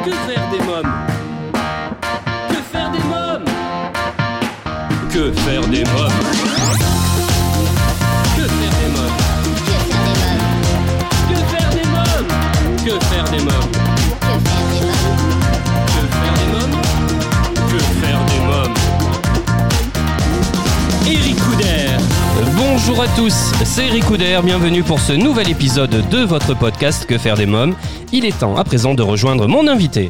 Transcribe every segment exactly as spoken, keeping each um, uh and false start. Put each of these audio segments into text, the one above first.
Que faire des mômes? Que faire des mômes? Que faire des mômes? Que faire des mômes? Que faire des mômes? Que faire des mômes? Que faire des mômes? Que faire des mômes? Eric Couder. Bonjour à tous, c'est Eric Couder, bienvenue pour ce nouvel épisode de votre podcast Que faire des mômes. Il est temps à présent de rejoindre mon invité.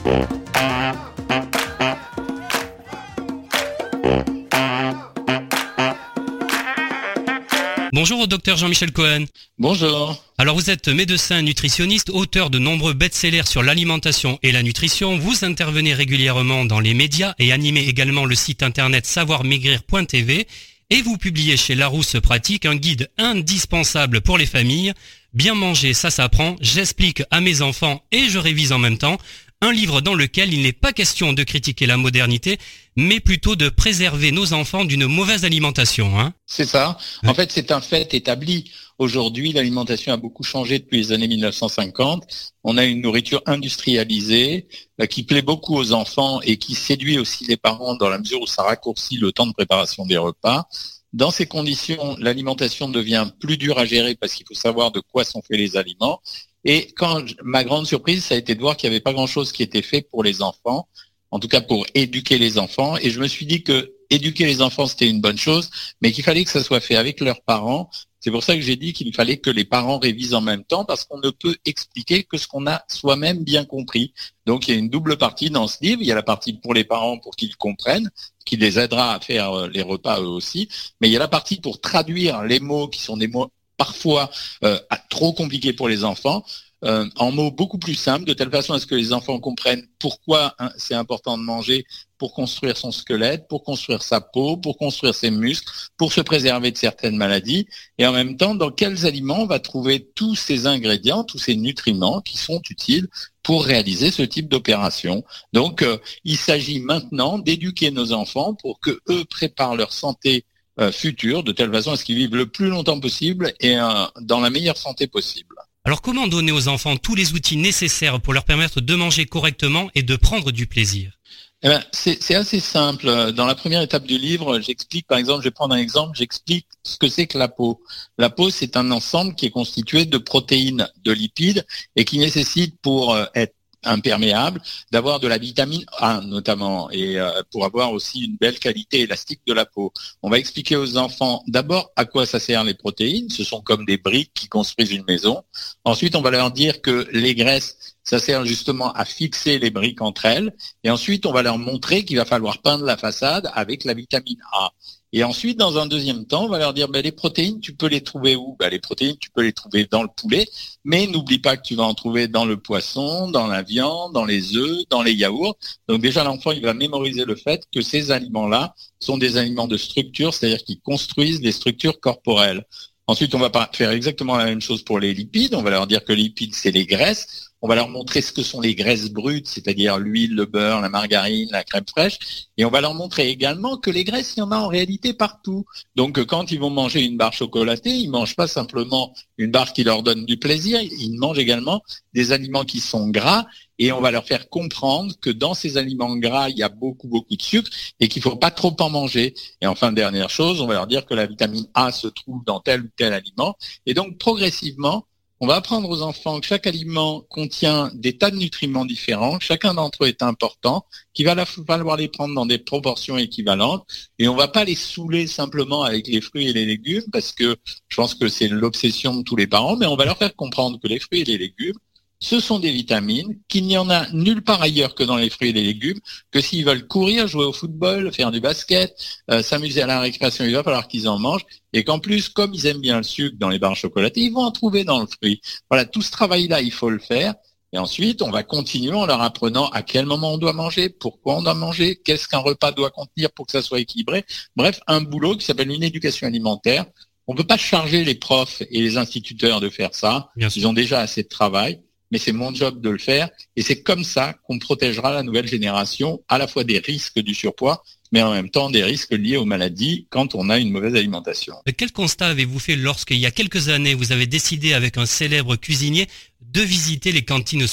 Bonjour au docteur Jean-Michel Cohen. Bonjour. Alors vous êtes médecin nutritionniste, auteur de nombreux best-sellers sur l'alimentation et la nutrition. Vous intervenez régulièrement dans les médias et animez également le site internet savoir maigrir point t v. Et vous publiez chez Larousse Pratique un guide indispensable pour les familles. Bien manger, ça s'apprend. J'explique à mes enfants et je révise en même temps. Un livre dans lequel il n'est pas question de critiquer la modernité, mais plutôt de préserver nos enfants d'une mauvaise alimentation. Hein. C'est ça. En fait, c'est un fait établi. Aujourd'hui, l'alimentation a beaucoup changé depuis les années mille neuf cent cinquante. On a une nourriture industrialisée euh, qui plaît beaucoup aux enfants et qui séduit aussi les parents dans la mesure où ça raccourcit le temps de préparation des repas. Dans ces conditions, l'alimentation devient plus dure à gérer parce qu'il faut savoir de quoi sont faits les aliments. Et quand ma grande surprise, ça a été de voir qu'il n'y avait pas grand-chose qui était fait pour les enfants, en tout cas pour éduquer les enfants. Et je me suis dit que éduquer les enfants, c'était une bonne chose, mais qu'il fallait que ça soit fait avec leurs parents. C'est pour ça que j'ai dit qu'il fallait que les parents révisent en même temps, parce qu'on ne peut expliquer que ce qu'on a soi-même bien compris. Donc il y a une double partie dans ce livre. Il y a la partie pour les parents pour qu'ils comprennent, qui les aidera à faire les repas eux aussi. Mais il y a la partie pour traduire les mots qui sont des mots parfois euh, trop compliqués pour les enfants, euh, en mots beaucoup plus simples, de telle façon à ce que les enfants comprennent pourquoi hein, c'est important de manger pour construire son squelette, pour construire sa peau, pour construire ses muscles, pour se préserver de certaines maladies, et en même temps, dans quels aliments on va trouver tous ces ingrédients, tous ces nutriments qui sont utiles pour réaliser ce type d'opération. Donc, euh, il s'agit maintenant d'éduquer nos enfants pour que eux préparent leur santé Euh, futur, de telle façon à ce qu'ils vivent le plus longtemps possible et euh, dans la meilleure santé possible. Alors comment donner aux enfants tous les outils nécessaires pour leur permettre de manger correctement et de prendre du plaisir? Eh ben, c'est, c'est assez simple. Dans la première étape du livre, j'explique, par exemple, je vais prendre un exemple, j'explique ce que c'est que la peau. La peau, c'est un ensemble qui est constitué de protéines, de lipides et qui nécessite pour euh, être imperméable, d'avoir de la vitamine A notamment, et euh, pour avoir aussi une belle qualité élastique de la peau. On va expliquer aux enfants d'abord à quoi ça sert les protéines, ce sont comme des briques qui construisent une maison. Ensuite, on va leur dire que les graisses, ça sert justement à fixer les briques entre elles, et ensuite on va leur montrer qu'il va falloir peindre la façade avec la vitamine A. Et ensuite, dans un deuxième temps, on va leur dire, ben, les protéines, tu peux les trouver où? Ben, les protéines, tu peux les trouver dans le poulet, mais n'oublie pas que tu vas en trouver dans le poisson, dans la viande, dans les œufs, dans les yaourts. Donc déjà, l'enfant, il va mémoriser le fait que ces aliments-là sont des aliments de structure, c'est-à-dire qu'ils construisent des structures corporelles. Ensuite, on va faire exactement la même chose pour les lipides. On va leur dire que les lipides, c'est les graisses. On va leur montrer ce que sont les graisses brutes, c'est-à-dire l'huile, le beurre, la margarine, la crème fraîche. Et on va leur montrer également que les graisses, il y en a en réalité partout. Donc, quand ils vont manger une barre chocolatée, ils mangent pas simplement une barre qui leur donne du plaisir, ils mangent également des aliments qui sont gras. Et on va leur faire comprendre que dans ces aliments gras, il y a beaucoup, beaucoup de sucre et qu'il faut pas trop en manger. Et enfin, dernière chose, on va leur dire que la vitamine A se trouve dans tel ou tel aliment. Et donc, progressivement, on va apprendre aux enfants que chaque aliment contient des tas de nutriments différents, chacun d'entre eux est important, qu'il va falloir les prendre dans des proportions équivalentes, et on va pas les saouler simplement avec les fruits et les légumes, parce que je pense que c'est l'obsession de tous les parents, mais on va leur faire comprendre que les fruits et les légumes, ce sont des vitamines, qu'il n'y en a nulle part ailleurs que dans les fruits et les légumes, que s'ils veulent courir, jouer au football, faire du basket, euh, s'amuser à la récréation, il va falloir qu'ils en mangent, et qu'en plus, comme ils aiment bien le sucre dans les barres chocolatées, ils vont en trouver dans le fruit. Voilà, tout ce travail-là, il faut le faire, et ensuite, on va continuer en leur apprenant à quel moment on doit manger, pourquoi on doit manger, qu'est-ce qu'un repas doit contenir pour que ça soit équilibré. Bref, un boulot qui s'appelle une éducation alimentaire. On ne peut pas charger les profs et les instituteurs de faire ça, ils ont déjà assez de travail. Mais c'est mon job de le faire, et c'est comme ça qu'on protégera la nouvelle génération à la fois des risques du surpoids, mais en même temps des risques liés aux maladies quand on a une mauvaise alimentation. Quel constat avez-vous fait lorsqu'il y a quelques années vous avez décidé avec un célèbre cuisinier de visiter les cantines scolaires ?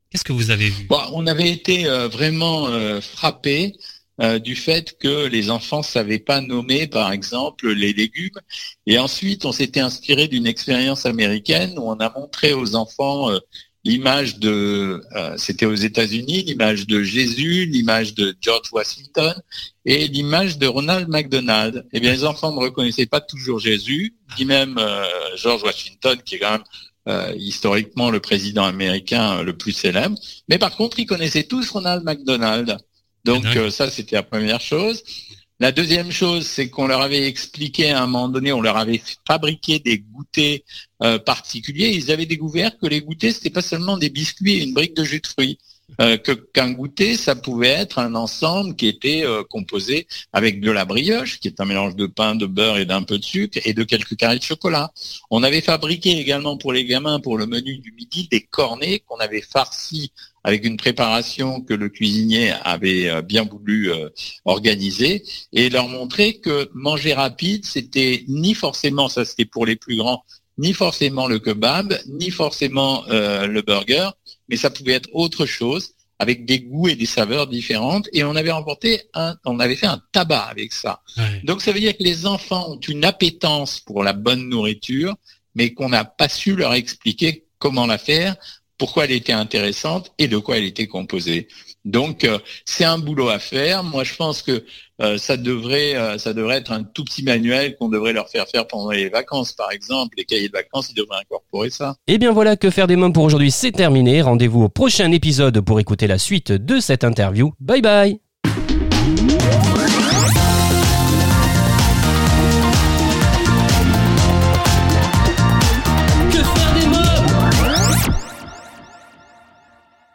Qu'est-ce que vous avez vu? Bon, on avait été euh, vraiment euh, frappés euh, du fait que les enfants savaient pas nommer, par exemple, les légumes. Et ensuite, on s'était inspiré d'une expérience américaine où on a montré aux enfants euh, l'image de, euh, c'était aux États-Unis, l'image de Jésus, l'image de George Washington et l'image de Ronald McDonald. Eh bien, les enfants ne reconnaissaient pas toujours Jésus, ni même euh, George Washington, qui est quand même Euh, historiquement le président américain euh, le plus célèbre, mais par contre ils connaissaient tous Ronald McDonald. Donc euh, ça c'était la première chose. La deuxième chose, c'est qu'on leur avait expliqué à un moment donné, on leur avait fabriqué des goûters euh, particuliers. Ils avaient découvert que les goûters c'était pas seulement des biscuits et une brique de jus de fruits. Euh, que qu'un goûter, ça pouvait être un ensemble qui était euh, composé avec de la brioche, qui est un mélange de pain, de beurre et d'un peu de sucre, et de quelques carrés de chocolat. On avait fabriqué également pour les gamins, pour le menu du midi, des cornets qu'on avait farcis avec une préparation que le cuisinier avait euh, bien voulu euh, organiser, et leur montrer que manger rapide, c'était ni forcément, ça c'était pour les plus grands, ni forcément le kebab, ni forcément euh, le burger, mais ça pouvait être autre chose, avec des goûts et des saveurs différentes, et on avait remporté un, on avait fait un tabac avec ça. Ouais. Donc ça veut dire que les enfants ont une appétence pour la bonne nourriture, mais qu'on n'a pas su leur expliquer comment la faire, pourquoi elle était intéressante et de quoi elle était composée. Donc euh, c'est un boulot à faire. Moi je pense que euh, ça devrait euh, ça devrait être un tout petit manuel qu'on devrait leur faire faire pendant les vacances par exemple. Les cahiers de vacances, ils devraient incorporer ça. Et bien voilà, Que faire des mômes pour aujourd'hui, c'est terminé. Rendez-vous au prochain épisode pour écouter la suite de cette interview. Bye bye.